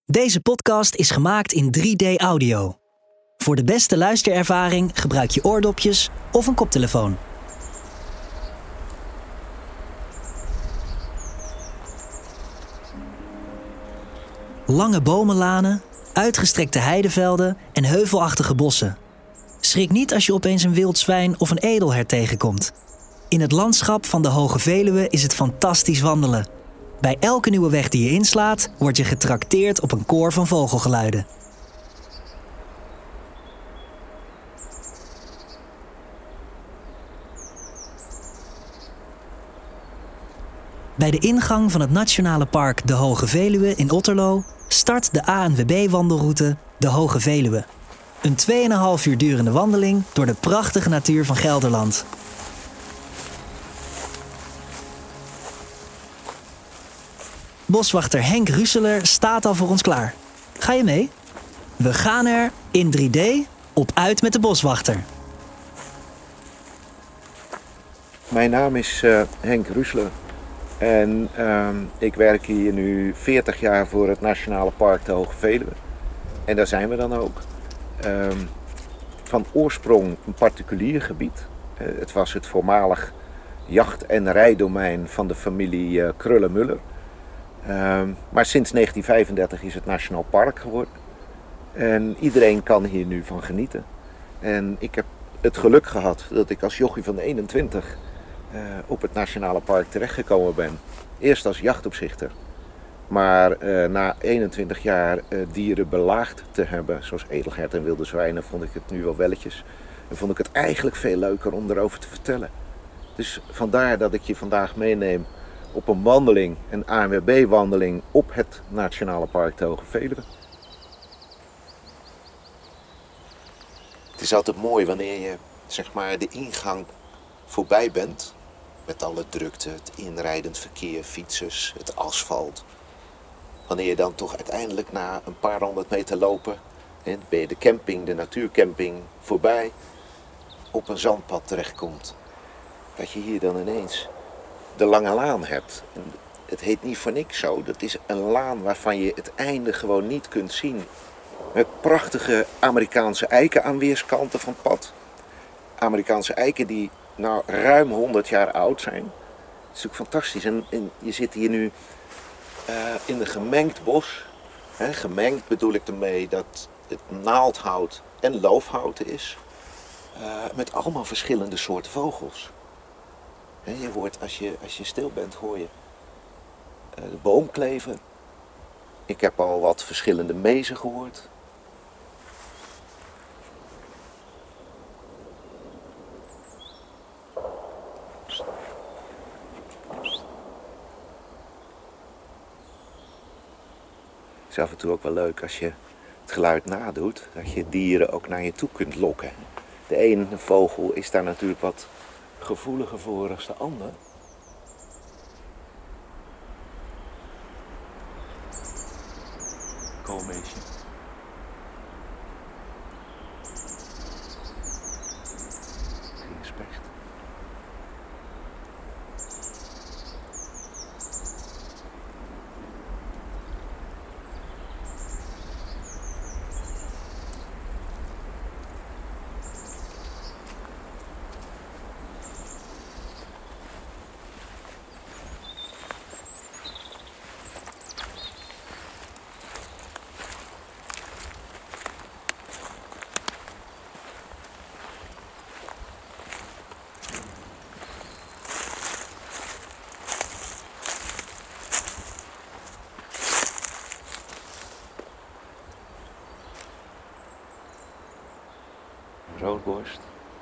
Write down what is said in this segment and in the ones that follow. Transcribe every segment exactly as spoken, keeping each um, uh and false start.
Deze podcast is gemaakt in drie D audio. Voor de beste luisterervaring gebruik je oordopjes of een koptelefoon. Lange bomenlanen, uitgestrekte heidevelden en heuvelachtige bossen. Schrik niet als je opeens een wild zwijn of een edelhert tegenkomt. In het landschap van de Hoge Veluwe is het fantastisch wandelen. Bij elke nieuwe weg die je inslaat, word je getrakteerd op een koor van vogelgeluiden. Bij de ingang van het Nationale Park de Hoge Veluwe in Otterlo start de A N W B-wandelroute de Hoge Veluwe. Een twee en een half uur durende wandeling door de prachtige natuur van Gelderland. Boswachter Henk Rueseler staat al voor ons klaar. Ga je mee? We gaan er in drie D op uit met de boswachter. Mijn naam is uh, Henk Rueseler en uh, ik werk hier nu veertig jaar voor het Nationale Park de Hoge Veluwe. En daar zijn we dan ook. Uh, van oorsprong een particulier gebied. Uh, het was het voormalig jacht- en rijdomein van de familie uh, Kröller-Müller. Uh, maar sinds negentien vijfendertig is het Nationaal Park geworden. En iedereen kan hier nu van genieten. En ik heb het geluk gehad dat ik als jochie van eenentwintig uh, op het Nationale Park terechtgekomen ben. Eerst als jachtopzichter. Maar uh, na eenentwintig jaar uh, dieren belaagd te hebben, zoals edelhert en wilde zwijnen, vond ik het nu wel welletjes. En vond ik het eigenlijk veel leuker om erover te vertellen. Dus vandaar dat ik je vandaag meeneem op een wandeling, een A N W B-wandeling op het Nationale Park de Hoge Veluwe. Het is altijd mooi wanneer je zeg maar de ingang voorbij bent. Met alle drukte, het inrijdend verkeer, fietsers, het asfalt. Wanneer je dan toch uiteindelijk na een paar honderd meter lopen, en ben je de camping, de natuurcamping voorbij, op een zandpad terechtkomt. Dat je hier dan ineens de Lange Laan hebt. En het heet niet voor niks zo. Dat is een laan waarvan je het einde gewoon niet kunt zien. Met prachtige Amerikaanse eiken aan weerskanten van het pad. Amerikaanse eiken die nou ruim honderd jaar oud zijn. Dat is natuurlijk fantastisch. En, en je zit hier nu uh, in een gemengd bos. He, gemengd bedoel ik ermee dat het naaldhout en loofhouten is. Uh, met allemaal verschillende soorten vogels. He, je hoort, als je, als je stil bent, hoor je uh, de boomklever. Ik heb al wat verschillende mezen gehoord. Het is af en toe ook wel leuk als je het geluid nadoet, dat je dieren ook naar je toe kunt lokken. De ene vogel is daar natuurlijk wat gevoeliger voor als de ander. Koolmeesje. Ringspecht. Roodborst.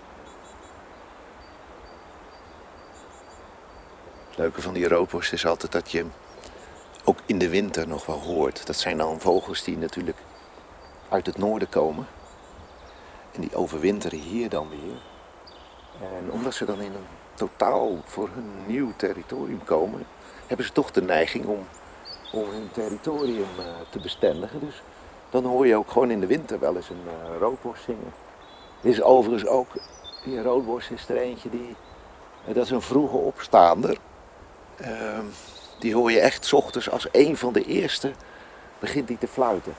Het leuke van die roodborst is altijd dat je ook in de winter nog wel hoort. Dat zijn dan vogels die natuurlijk uit het noorden komen. En die overwinteren hier dan weer. En omdat ze dan in een totaal voor hun nieuw territorium komen, hebben ze toch de neiging om, om hun territorium uh, te bestendigen. Dus dan hoor je ook gewoon in de winter wel eens een uh, roodborst zingen. Er is overigens ook, die roodborst is er eentje die, dat is een vroege opstaander. Uh, die hoor je echt 's ochtends als een van de eerste begint hij te fluiten.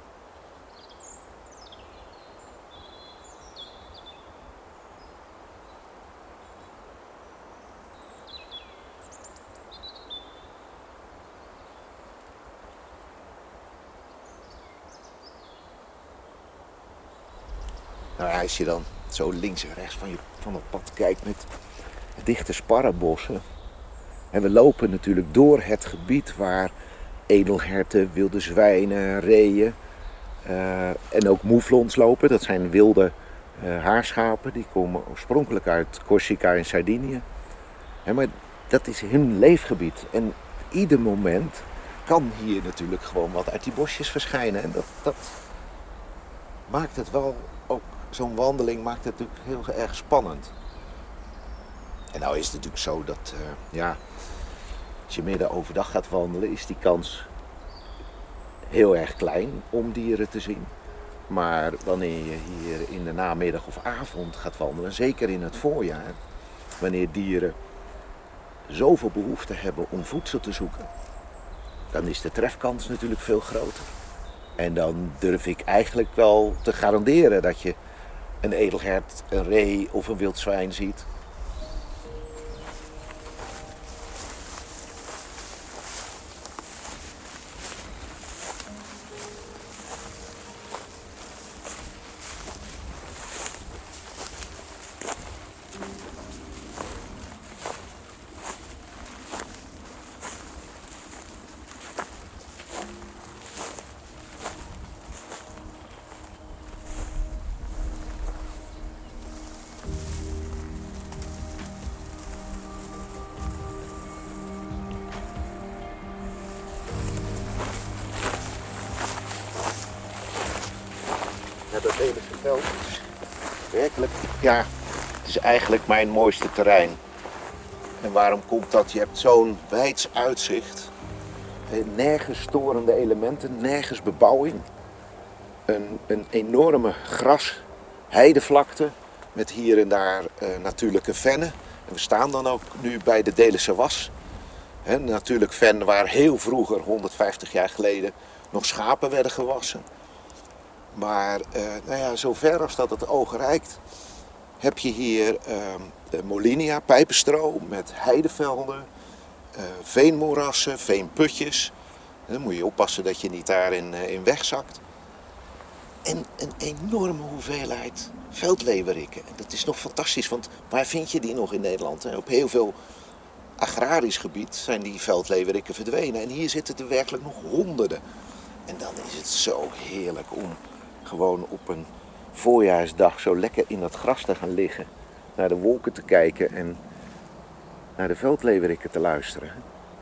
Nou, als je dan zo links en rechts van, je, van het pad kijkt met dichte sparrenbossen. En we lopen natuurlijk door het gebied waar edelherten, wilde zwijnen, reeën uh, en ook mouflons lopen. Dat zijn wilde uh, haarschapen, die komen oorspronkelijk uit Corsica en Sardinië. Ja, maar dat is hun leefgebied. En ieder moment kan hier natuurlijk gewoon wat uit die bosjes verschijnen. En dat, dat maakt het wel ook, zo'n wandeling maakt het natuurlijk heel erg spannend. En nou is het natuurlijk zo dat, uh, ja, als je midden overdag gaat wandelen, is die kans heel erg klein om dieren te zien. Maar wanneer je hier in de namiddag of avond gaat wandelen, zeker in het voorjaar, wanneer dieren zoveel behoefte hebben om voedsel te zoeken, dan is de trefkans natuurlijk veel groter. En dan durf ik eigenlijk wel te garanderen dat je een edelhert, een ree of een wild zwijn ziet. Ja, dat hele veld is werkelijk, ja, het is eigenlijk mijn mooiste terrein. En waarom komt dat? Je hebt zo'n wijds uitzicht. Nergens storende elementen, nergens bebouwing. Een, een enorme gras, heidevlakte met hier en daar uh, natuurlijke vennen. En we staan dan ook nu bij de Delische Was. He, natuurlijk ven waar heel vroeger, honderdvijftig jaar geleden, nog schapen werden gewassen. Maar uh, nou ja, zover als dat het oog reikt, heb je hier uh, de Molinia, pijpenstro met heidevelden, uh, veenmoerassen, veenputjes. En dan moet je oppassen dat je niet daarin uh, in wegzakt. En een enorme hoeveelheid veldleeuweriken. En dat is nog fantastisch, want waar vind je die nog in Nederland? Op heel veel agrarisch gebied zijn die veldleeuweriken verdwenen. En hier zitten er werkelijk nog honderden. En dan is het zo heerlijk om gewoon op een voorjaarsdag zo lekker in dat gras te gaan liggen. Naar de wolken te kijken en naar de veldleeuweriken te luisteren.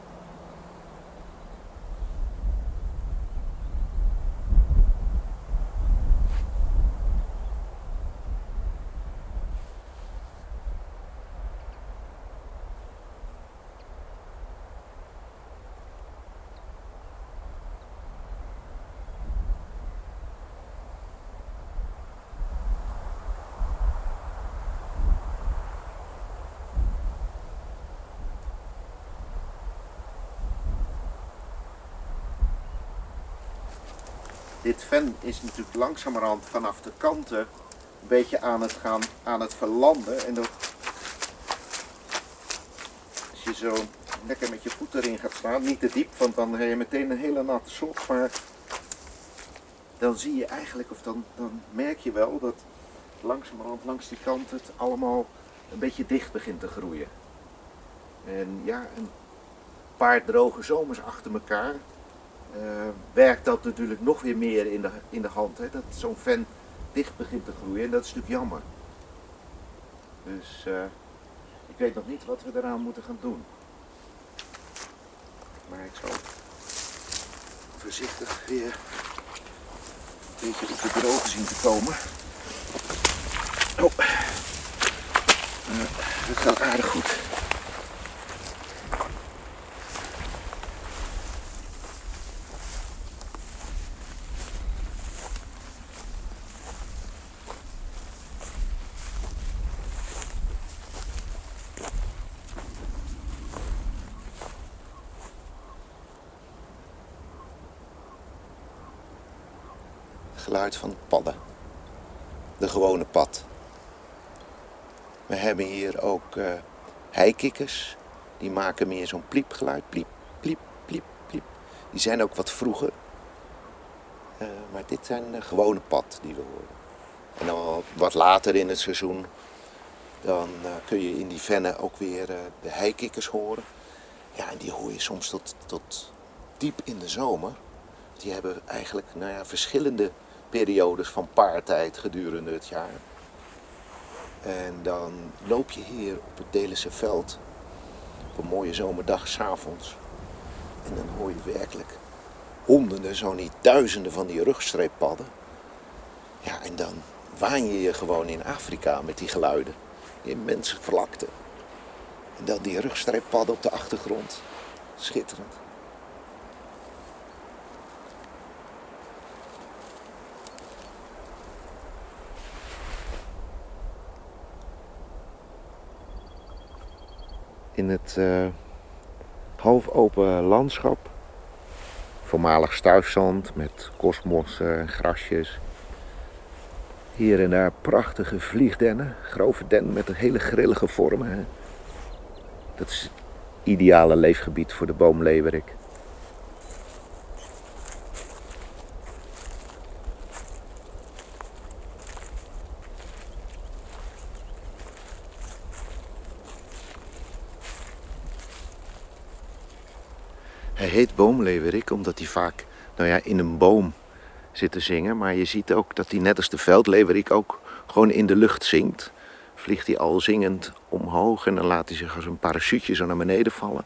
Dit ven is natuurlijk langzamerhand vanaf de kanten een beetje aan het gaan, aan het verlanden. En dat, als je zo lekker met je voet erin gaat staan, niet te diep, want dan heb je meteen een hele natte sok. Maar dan zie je eigenlijk, of dan, dan merk je wel dat langzamerhand langs die kant het allemaal een beetje dicht begint te groeien. En ja, een paar droge zomers achter elkaar. Uh, werkt dat natuurlijk nog weer meer in de, in de hand, hè? Dat zo'n ven dicht begint te groeien en dat is natuurlijk jammer. Dus uh, ik weet nog niet wat we eraan moeten gaan doen. Maar ik zal voorzichtig weer een beetje op de droge zien te komen. Oh, uh, dat gaat aardig goed. geluid van padden. De gewone pad. We hebben hier ook uh, heikikkers. Die maken meer zo'n pliepgeluid. Pliep, pliep, pliep, pliep. Die zijn ook wat vroeger. Uh, maar dit zijn de gewone pad die we horen. En dan wat later in het seizoen, dan uh, kun je in die vennen ook weer uh, de heikikkers horen. Ja, en die hoor je soms tot, tot diep in de zomer. Die hebben eigenlijk nou ja, verschillende periodes van paartijd gedurende het jaar. En dan loop je hier op het Deelensche veld op een mooie zomerdag 's avonds. En dan hoor je werkelijk honderden, zo niet duizenden van die rugstreeppadden. Ja, en dan waan je je gewoon in Afrika met die geluiden. Immense vlakte. En dan die rugstreeppadden op de achtergrond. Schitterend. In het uh, halfopen landschap. Voormalig stuifzand met kosmossen en grasjes. Hier en daar prachtige vliegdennen. Grove dennen met een hele grillige vormen. Hè. Dat is het ideale leefgebied voor de boomleeuwerik. Hij heet boomleeuwerik omdat hij vaak nou ja, in een boom zit te zingen. Maar je ziet ook dat hij net als de veldleeuwerik ook gewoon in de lucht zingt. Vliegt hij al zingend omhoog en dan laat hij zich als een parachute zo naar beneden vallen.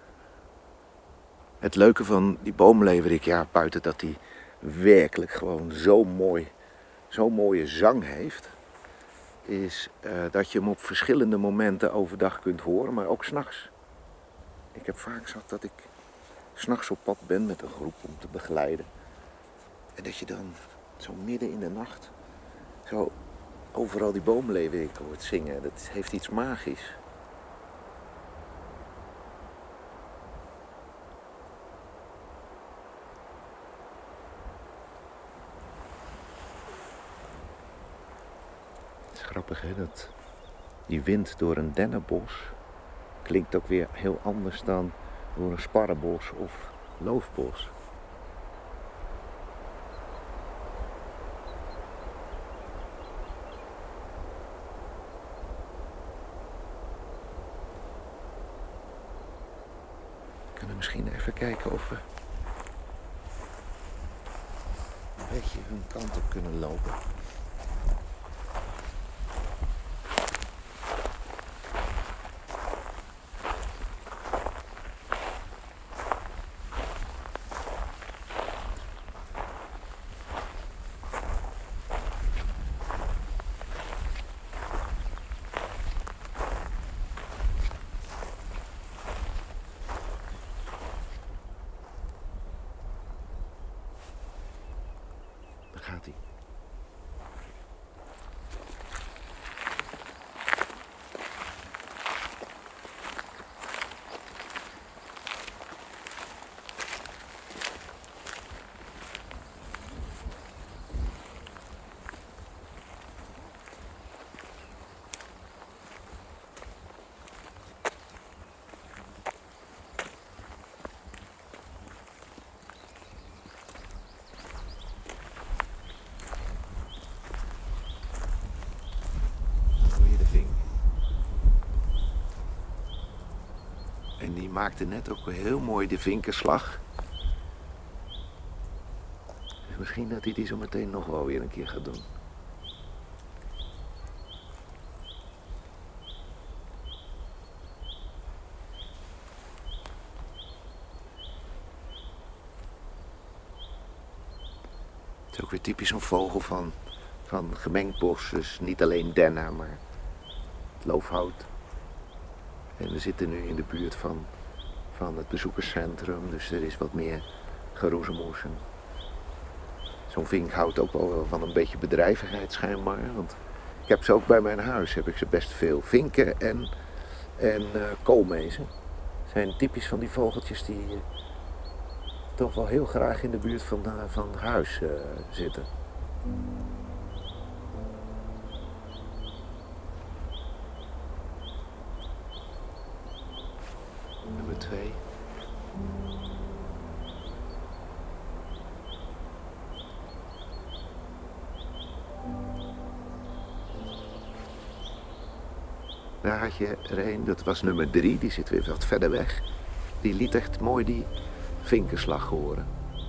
Het leuke van die boomleeuwerik, ja, buiten dat hij werkelijk gewoon zo mooi, zo'n mooie zang heeft, is uh, dat je hem op verschillende momenten overdag kunt horen, maar ook 's nachts. Ik heb vaak zat dat ik 's nachts op pad ben met een groep om te begeleiden. En dat je dan zo midden in de nacht zo overal die boomleeuwerik hoort zingen. Dat heeft iets magisch. Het is grappig, hè, dat die wind door een dennenbos klinkt ook weer heel anders dan door een sparrenbos of loofbos. We kunnen misschien even kijken of we een beetje hun kant op kunnen lopen. Gaat hij. En die maakte net ook heel mooi de vinkerslag. Dus misschien dat hij die zo meteen nog wel weer een keer gaat doen. Het is ook weer typisch een vogel van, van gemengd bos. Dus niet alleen denna, maar loofhout. En we zitten nu in de buurt van, van het bezoekerscentrum, dus er is wat meer geroezemoes. Zo'n vink houdt ook wel van een beetje bedrijvigheid schijnbaar. Want ik heb ze ook bij mijn huis, heb ik ze best veel. Vinken en, en uh, koolmezen zijn typisch van die vogeltjes die uh, toch wel heel graag in de buurt van, uh, van huis uh, zitten. Nummer twee. Daar had je er een, dat was nummer drie, die zit weer wat verder weg. Die liet echt mooi die vinkenslag horen.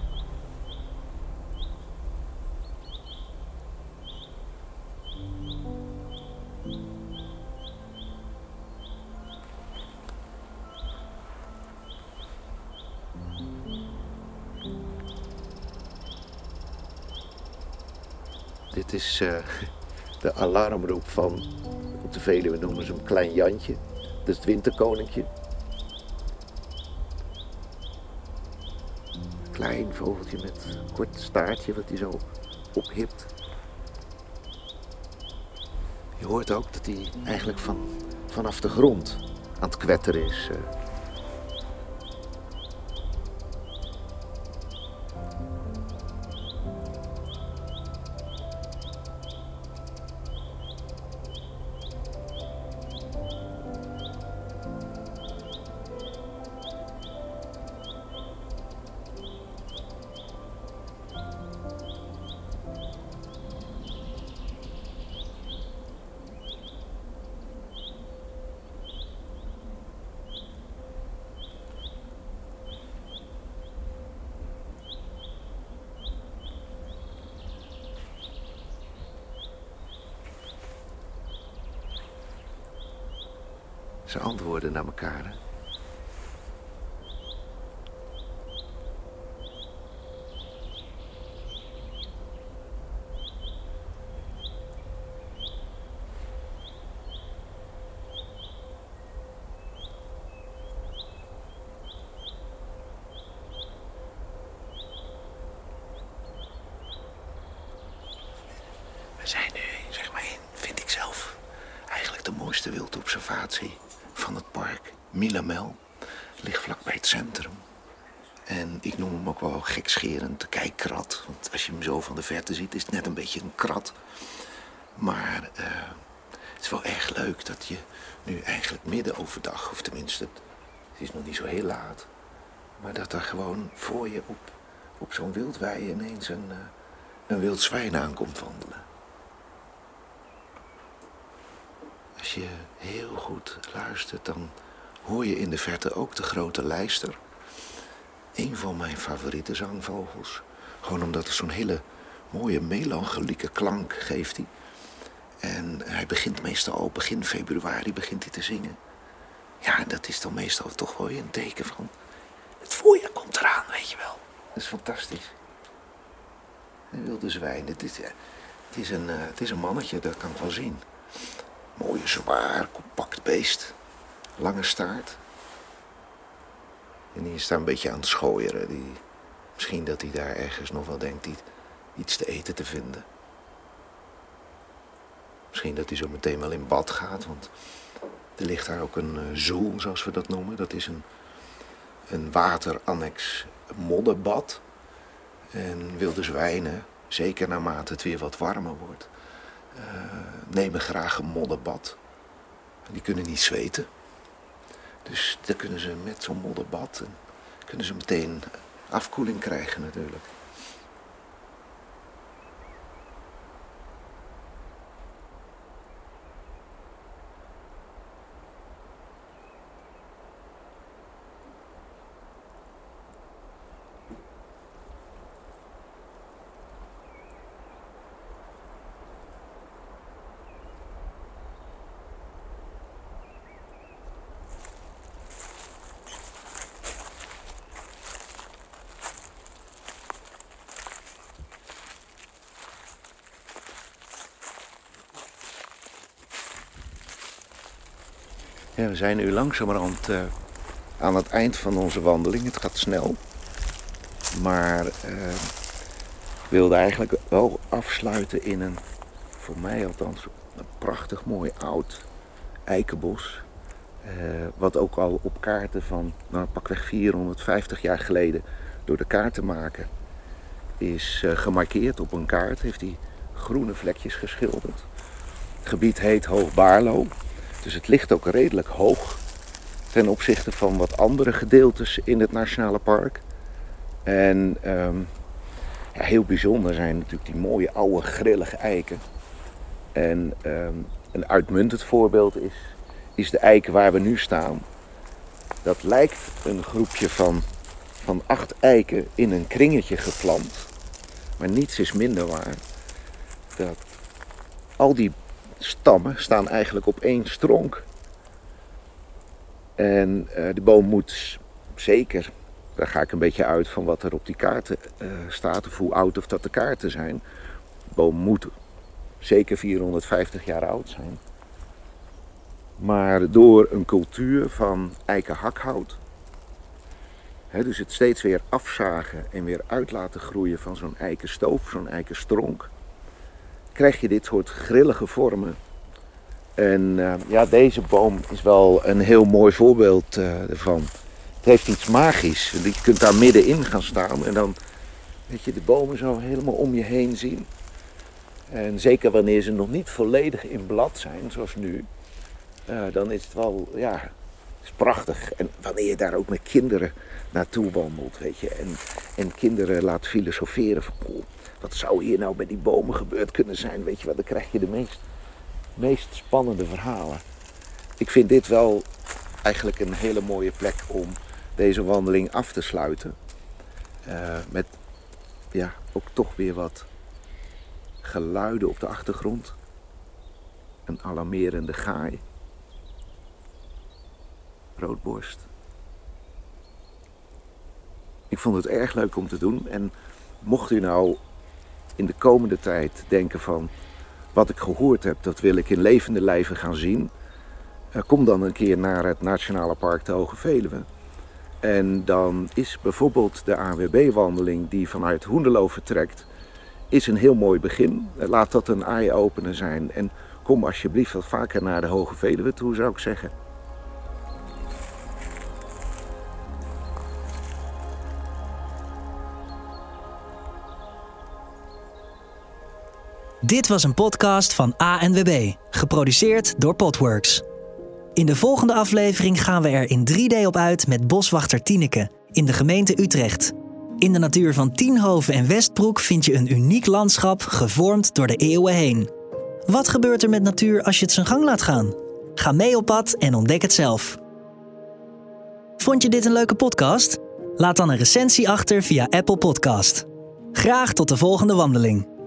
Dit is uh, de alarmroep van, op de Veluwe noemen ze hem Klein Jantje. Dat is het winterkoninkje. Klein vogeltje met een kort staartje wat hij zo ophipt. Je hoort ook dat hij eigenlijk van, vanaf de grond aan het kwetteren is. Uh. Ze antwoorden naar elkaar. Hè? We zijn nu, zeg maar, in, vind ik zelf, eigenlijk de mooiste wildobservatie van het park. Milamel ligt vlakbij het centrum. En ik noem hem ook wel gekscherend de kijkkrat. Want als je hem zo van de verte ziet, is het net een beetje een krat. Maar uh, het is wel erg leuk dat je nu eigenlijk midden overdag, of tenminste, het, het is nog niet zo heel laat, maar dat er gewoon voor je op, op zo'n wildwei ineens een, uh, een wild zwijn aankomt wandelen. Als je heel goed luistert, dan hoor je in de verte ook de grote lijster. Een van mijn favoriete zangvogels. Gewoon omdat het zo'n hele mooie melancholieke klank geeft hij. En hij begint meestal al begin februari begint hij te zingen. Ja, dat is dan meestal toch wel een teken van het voorjaar komt eraan, weet je wel. Dat is fantastisch. Een wilde zwijn, het is, het is, een, het is een mannetje, dat kan ik wel zien. Mooie, zwaar, compact beest. Lange staart. En die is daar een beetje aan het schooieren. Die, misschien dat hij daar ergens nog wel denkt iets te eten te vinden. Misschien dat hij zo meteen wel in bad gaat. Want er ligt daar ook een uh, zoel, zoals we dat noemen. Dat is een, een waterannex modderbad. En wilde zwijnen, zeker naarmate het weer wat warmer wordt, Uh, nemen graag een modderbad. Die kunnen niet zweten. Dus dan kunnen ze met zo'n modderbad en kunnen ze meteen afkoeling krijgen natuurlijk. Ja, we zijn nu langzamerhand uh, aan het eind van onze wandeling. Het gaat snel. Maar uh, ik wilde eigenlijk wel afsluiten in een, voor mij althans, een prachtig mooi oud eikenbos. Uh, wat ook al op kaarten van nou, pakweg vierhonderdvijftig jaar geleden door de kaartenmaker is uh, gemarkeerd op een kaart. Heeft hij groene vlekjes geschilderd. Het gebied heet Hoog Baarlo. Dus het ligt ook redelijk hoog ten opzichte van wat andere gedeeltes in het Nationale Park. En um, ja, heel bijzonder zijn natuurlijk die mooie oude grillige eiken. En um, een uitmuntend voorbeeld is, is de eik waar we nu staan. Dat lijkt een groepje van, van acht eiken in een kringetje geplant. Maar niets is minder waar. Dat al die stammen staan eigenlijk op één stronk. En uh, de boom moet zeker, daar ga ik een beetje uit van wat er op die kaarten uh, staat, of hoe oud of dat de kaarten zijn. De boom moet zeker vierhonderdvijftig jaar oud zijn. Maar door een cultuur van eikenhakhout, hè, dus het steeds weer afzagen en weer uit laten groeien van zo'n eikenstoof, zo'n eikenstronk, krijg je dit soort grillige vormen. En uh, ja, deze boom is wel een heel mooi voorbeeld uh, ervan. Het heeft iets magisch. Je kunt daar middenin gaan staan en dan weet je de bomen zo helemaal om je heen zien. En zeker wanneer ze nog niet volledig in blad zijn, zoals nu, uh, dan is het wel, ja, het is prachtig. En wanneer je daar ook met kinderen naartoe wandelt, weet je, en, en kinderen laat filosoferen van, oh, wat zou hier nou bij die bomen gebeurd kunnen zijn, weet je wat, dan krijg je de meest, meest spannende verhalen. Ik vind dit wel eigenlijk een hele mooie plek om deze wandeling af te sluiten. Uh, met, ja, ook toch weer wat geluiden op de achtergrond. Een alarmerende gaai. Roodborst. Ik vond het erg leuk om te doen. En mocht u nou in de komende tijd denken van, wat ik gehoord heb, dat wil ik in levende lijven gaan zien. Uh, kom dan een keer naar het Nationale Park de Hoge Veluwe. En dan is bijvoorbeeld de A N W B-wandeling die vanuit Hoenderloo vertrekt, is een heel mooi begin. Laat dat een eye-opener zijn. En kom alsjeblieft wat vaker naar de Hoge Veluwe toe, zou ik zeggen. Dit was een podcast van A N W B, geproduceerd door Podworks. In de volgende aflevering gaan we er in drie D op uit met boswachter Tineke in de gemeente Utrecht. In de natuur van Tienhoven en Westbroek vind je een uniek landschap gevormd door de eeuwen heen. Wat gebeurt er met natuur als je het zijn gang laat gaan? Ga mee op pad en ontdek het zelf. Vond je dit een leuke podcast? Laat dan een recensie achter via Apple Podcast. Graag tot de volgende wandeling.